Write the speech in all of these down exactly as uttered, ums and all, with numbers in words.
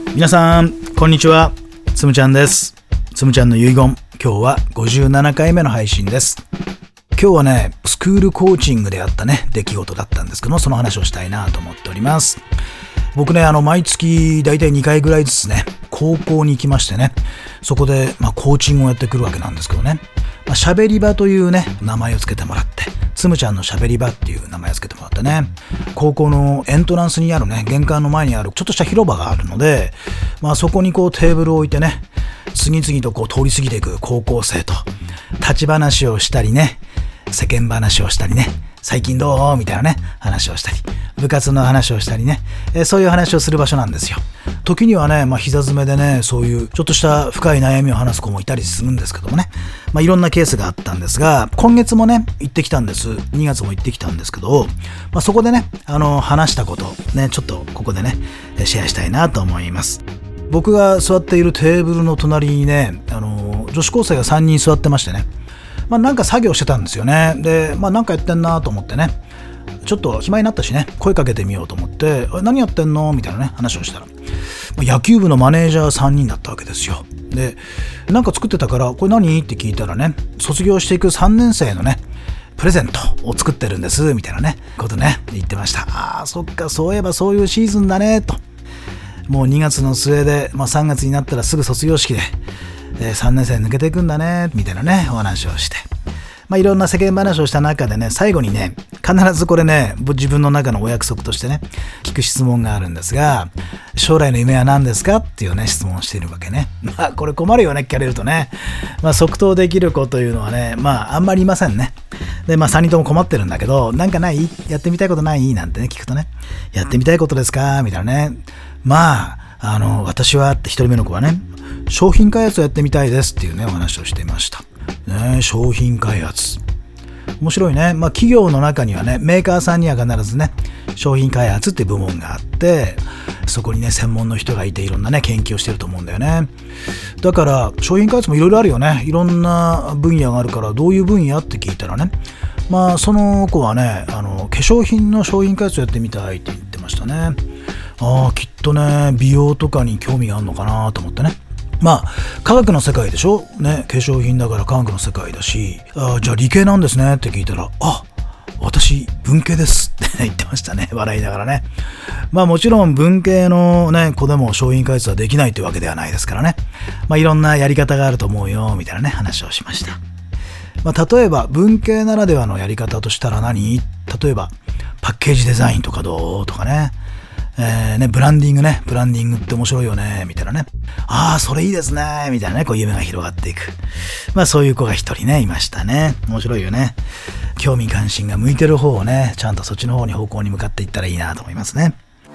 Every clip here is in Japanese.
皆さんこんにちは、つむちゃんです。つむちゃんの遺言、今日はごじゅうななかいめの配信です。今日はね、スクールコーチングであったね出来事だったんですけども、その話をしたいなと思っております。僕ね、あの毎月だいたいにかいぐらいずつね、高校に行きましてね、そこで、まあ、コーチングをやってくるわけなんですけどね、まあ、しゃべり場というね名前をつけてもらって、つむちゃんのしゃべり場っていう名前をつけてもらってね、高校のエントランスにあるね、玄関の前にあるちょっとした広場があるので、まあ、そこにこうテーブルを置いてね、次々とこう通り過ぎていく高校生と立ち話をしたりね、世間話をしたりね、最近どうみたいなね話をしたり、部活の話をしたりね、えー、そういう話をする場所なんですよ。時にはね、まあ、膝詰めでね、そういうちょっとした深い悩みを話す子もいたりするんですけどもね、まあ、いろんなケースがあったんですが、今月もね行ってきたんです。にがつも行ってきたんですけど、まあ、そこでねあの話したことね、ちょっとここでねシェアしたいなと思います。僕が座っているテーブルの隣にね、あの女子高生がさんにん座ってましてね、まあ、なんか作業してたんですよね。で、まあ、なんかやってんなと思ってね、ちょっと暇になったしね、声かけてみようと思って、何やってんのみたいなね話をしたら、野球部のマネージャーさんにんだったわけですよ。で、なんか作ってたから、これ何って聞いたらね、卒業していくさんねん生のねプレゼントを作ってるんですみたいなねことね言ってました。あー、そっか、そういえばそういうシーズンだねと。もうにがつの末で、まあ、さんがつになったらすぐ卒業式で、えー、さんねん生抜けていくんだねみたいなねお話をして、まあ、いろんな世間話をした中でね、最後にね、必ずこれね、自分の中のお約束としてね聞く質問があるんですが、将来の夢は何ですかっていうね質問をしているわけね。まあこれ困るよね、聞かれるとね。まあ即答できる子というのはね、まああんまりいませんね。で、まあさんにんとも困ってるんだけど、なんかない？やってみたいことない？なんてね聞くとね、やってみたいことですかみたいなね。まああの私はって一人目の子はね、商品開発をやってみたいですっていうねお話をしていましたね。商品開発面白いね。まあ企業の中にはね、メーカーさんには必ずね商品開発っていう部門があって、そこにね専門の人がいて、いろんなね研究をしてると思うんだよね。だから商品開発もいろいろあるよね。いろんな分野があるから、どういう分野って聞いたらね、まあその子はね、あの化粧品の商品開発をやってみたいって言ってましたね。ああ、きっとね美容とかに興味があるのかなと思ってね。まあ科学の世界でしょね、化粧品だから科学の世界だし、あ、じゃあ理系なんですねって聞いたら、あ、私文系ですって言ってましたね、笑いながらね。まあもちろん文系のね子でも商品開発はできないというわけではないですからね。まあいろんなやり方があると思うよみたいなね話をしました。まあ例えば文系ならではのやり方としたら何？例えばパッケージデザインとかどうとかね。えー、ね、ブランディングね、ブランディングって面白いよねみたいなね、ああそれいいですねみたいなね、こう夢が広がっていく、まあそういう子が一人ねいましたね。面白いよね。興味関心が向いてる方をね、ちゃんとそっちの方に方向に向かっていったらいいなと思いますね。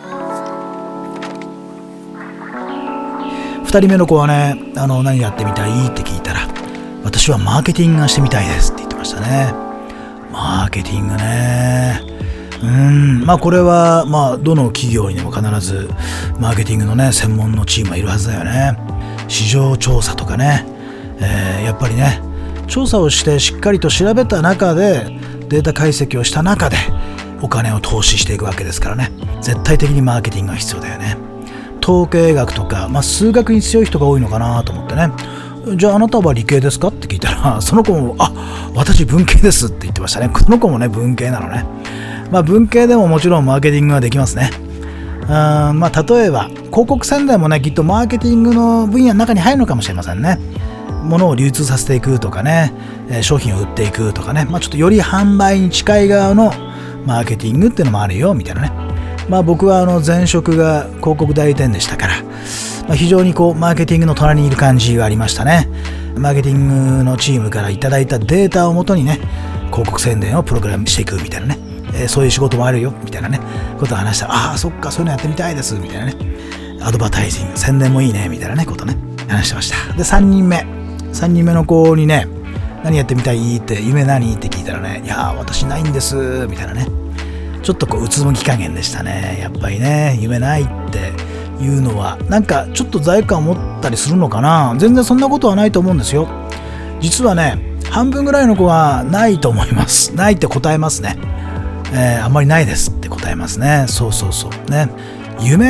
二人目の子はね、あの何やってみたいって聞いたら、私はマーケティングがしてみたいですって言ってましたね。マーケティングね、うーん、まあこれはまあどの企業にでも必ずマーケティングのね専門のチームはいるはずだよね。市場調査とかね、えー、やっぱりね調査をしてしっかりと調べた中で、データ解析をした中でお金を投資していくわけですからね、絶対的にマーケティングが必要だよね。統計学とか、まあ、数学に強い人が多いのかなと思ってね、じゃああなたは理系ですかって聞いたら、その子もあ、私文系ですって言ってましたね。この子もね文系なのね。まあ文系でももちろんマーケティングはできますね。うん、まあ例えば広告宣伝もね、きっとマーケティングの分野の中に入るのかもしれませんね。物を流通させていくとかね、えー、商品を売っていくとかね、まあちょっとより販売に近い側のマーケティングっていうのもあるよみたいなね。まあ僕はあの前職が広告代理店でしたから、まあ、非常にこうマーケティングの隣にいる感じがありましたね。マーケティングのチームからいただいたデータをもとにね、広告宣伝をプログラムしていくみたいなね、えー、そういう仕事もあるよみたいなねことを話したら、ああそっか、そういうのやってみたいですみたいなね、アドバタイジング、宣伝もいいねみたいなねことね話してました。でさんにんめさんにんめの子にね、何やってみたいって夢何って聞いたらね、いや私ないんですみたいなね、ちょっとこううつむき加減でしたね。やっぱりね、夢ないっていうのはなんかちょっと罪悪感を持ったりするのかな。全然そんなことはないと思うんですよ。実はね、半分ぐらいの子はないと思います。ないって答えますね。えー、あんまりないですって答えますね。そうそうそうね。夢っ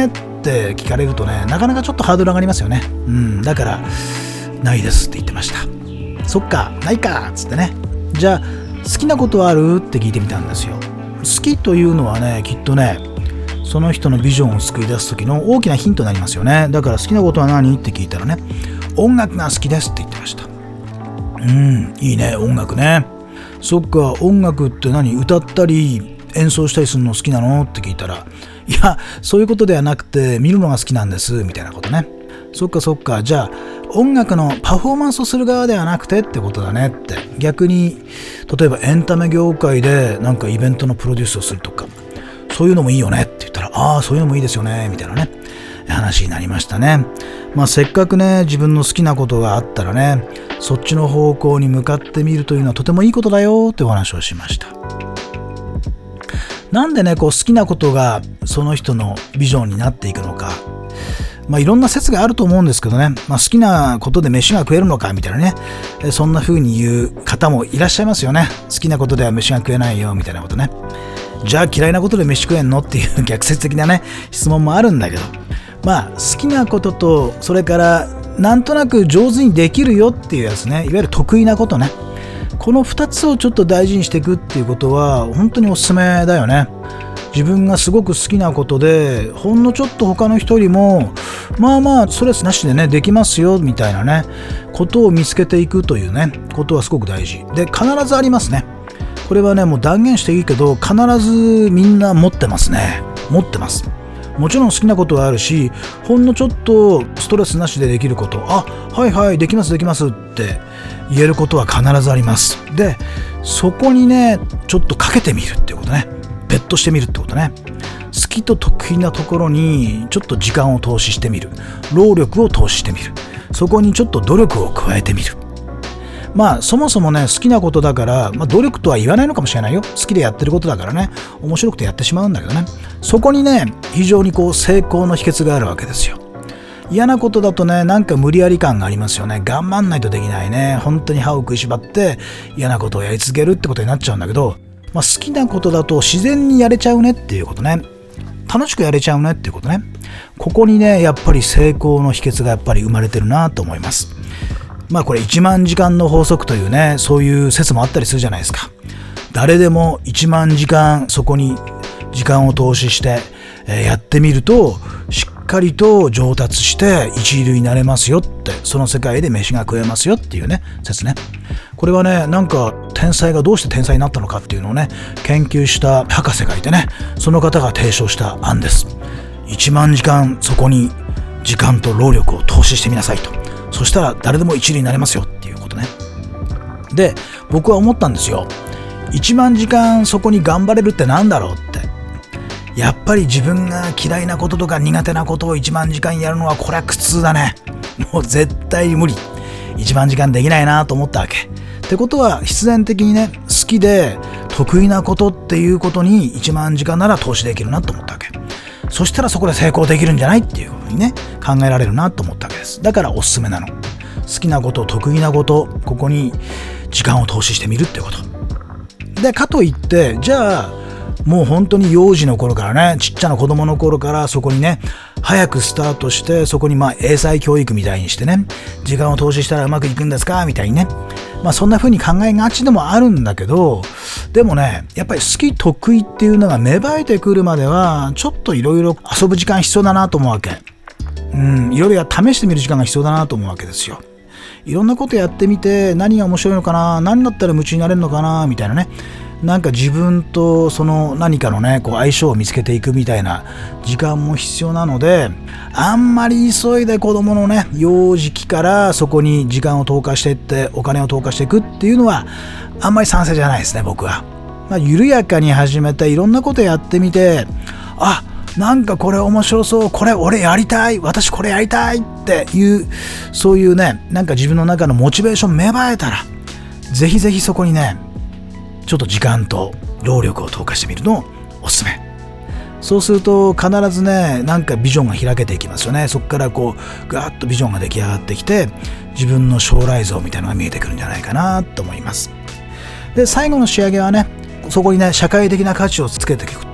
って聞かれるとね、なかなかちょっとハードル上がりますよね。うん、だからないですって言ってました。そっか、ないかっつってね。じゃあ好きなことはあるって聞いてみたんですよ。好きというのはね、きっとね、その人のビジョンを作り出す時の大きなヒントになりますよね。だから好きなことは何って聞いたらね、音楽が好きですって言ってました。うん、いいね、音楽ね。そっか、音楽って何、歌ったり演奏したりするの好きなのって聞いたら、いや、そういうことではなくて見るのが好きなんですみたいなことね。そっかそっか、じゃあ音楽のパフォーマンスをする側ではなくてってことだねって。逆に例えばエンタメ業界でなんかイベントのプロデュースをするとか、そういうのもいいよねって言ったら、ああそういうのもいいですよねみたいなね話になりましたね。まあせっかくね、自分の好きなことがあったらね、そっちの方向に向かってみるというのはとてもいいことだよってお話をしました。なんでね、こう好きなことがその人のビジョンになっていくのか、まあいろんな説があると思うんですけどね、まあ、好きなことで飯が食えるのかみたいなね、そんな風に言う方もいらっしゃいますよね。好きなことでは飯が食えないよみたいなことね。じゃあ嫌いなことで飯食えんのっていう逆説的なね質問もあるんだけど、まあ好きなことと、それからなんとなく上手にできるよっていうやつね、いわゆる得意なことね、このふたつをちょっと大事にしていくっていうことは本当におすすめだよね。自分がすごく好きなことで、ほんのちょっと他の人よりもまあまあストレスなしでねできますよみたいなねことを見つけていくというねことはすごく大事で、必ずありますね。これはねもう断言していいけど、必ずみんな持ってますね。持ってます。もちろん好きなことはあるし、ほんのちょっとストレスなしでできること、あ、はいはいできますできますって言えることは必ずあります。でそこにねちょっとかけてみるっていうことね、ベットしてみるってことね。好きと得意なところにちょっと時間を投資してみる、労力を投資してみる、そこにちょっと努力を加えてみる。まあそもそもね好きなことだから、まあ、努力とは言わないのかもしれないよ。好きでやってることだからね、面白くてやってしまうんだけどね、そこにね非常にこう成功の秘訣があるわけですよ。嫌なことだとね、なんか無理やり感がありますよね。頑張んないとできないね。本当に歯を食いしばって嫌なことをやり続けるってことになっちゃうんだけど、まあ、好きなことだと自然にやれちゃうねっていうことね、楽しくやれちゃうねっていうことね。ここにねやっぱり成功の秘訣がやっぱり生まれてるなと思います。まあこれいちまんじかんの法則というね、そういう説もあったりするじゃないですか。誰でもいちまんじかんそこに時間を投資して、えー、やってみるとしっかりと上達して一流になれますよって、その世界で飯が食えますよっていうね説ね。これはね、なんか天才がどうして天才になったのかっていうのをね研究した博士がいてね、その方が提唱した案です。いちまんじかんそこに時間と労力を投資してみなさいと。そしたら誰でも一流になれますよっていうことね。で僕は思ったんですよ。いちまんじかんそこに頑張れるってなんだろうって。やっぱり自分が嫌いなこととか苦手なことをいちまんじかんやるのはこれは苦痛だね。もう絶対無理。いちまんじかんできないなと思ったわけ。ってことは必然的にね、好きで得意なことっていうことにいちまんじかんなら投資できるなと思ったわけ。そしたらそこで成功できるんじゃないっていうふうにね考えられるなと思ったわけです。だからおすすめなの。好きなこと、得意なこと、ここに時間を投資してみるってことで、かといってじゃあもう本当に幼児の頃からね、ちっちゃな子供の頃からそこにね早くスタートして、そこにまあ英才教育みたいにしてね時間を投資したらうまくいくんですかみたいにね、まあそんな風に考えがちでもあるんだけど、でもねやっぱり好き得意っていうのが芽生えてくるまではちょっといろいろ遊ぶ時間必要だなと思うわけ。うんいろいろ試してみる時間が必要だなと思うわけですよ。いろんなことやってみて、何が面白いのかな、何だったら夢中になれるのかなみたいなね、なんか自分とその何かのねこう相性を見つけていくみたいな時間も必要なので、あんまり急いで子供のね幼児期からそこに時間を投下していってお金を投下していくっていうのはあんまり賛成じゃないですね僕は。まあ、緩やかに始めていろんなことやってみて、あなんかこれ面白そう、これ俺やりたい、私これやりたいっていうそういうねなんか自分の中のモチベーション芽生えたら、ぜひぜひそこにねちょっと時間と労力を投下してみるのをおすすめ。そうすると必ずねなんかビジョンが開けていきますよね。そこからこうガーッとビジョンが出来上がってきて、自分の将来像みたいなのが見えてくるんじゃないかなと思います。で最後の仕上げはね、そこにね社会的な価値をつけていくってこ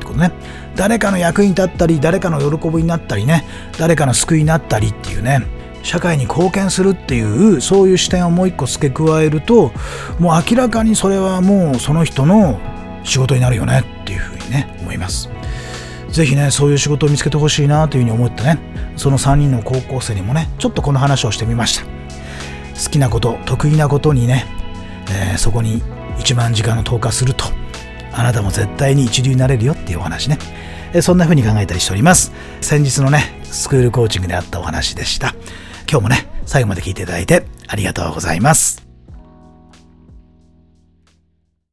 ことね。誰かの役に立ったり、誰かの喜びになったりね、誰かの救いになったりっていうね、社会に貢献するっていうそういう視点をもう一個付け加えると、もう明らかにそれはもうその人の仕事になるよねっていうふうにね思います。ぜひねそういう仕事を見つけてほしいなというふうに思ってね、そのさんにんの高校生にもねちょっとこの話をしてみました。好きなこと、得意なことにね、えー、そこに一番時間を投下するとあなたも絶対に一流になれるよっていうお話ね、えー、そんなふうに考えたりしております。先日のねスクールコーチングであったお話でした。今日もね最後まで聞いていただいてありがとうございます。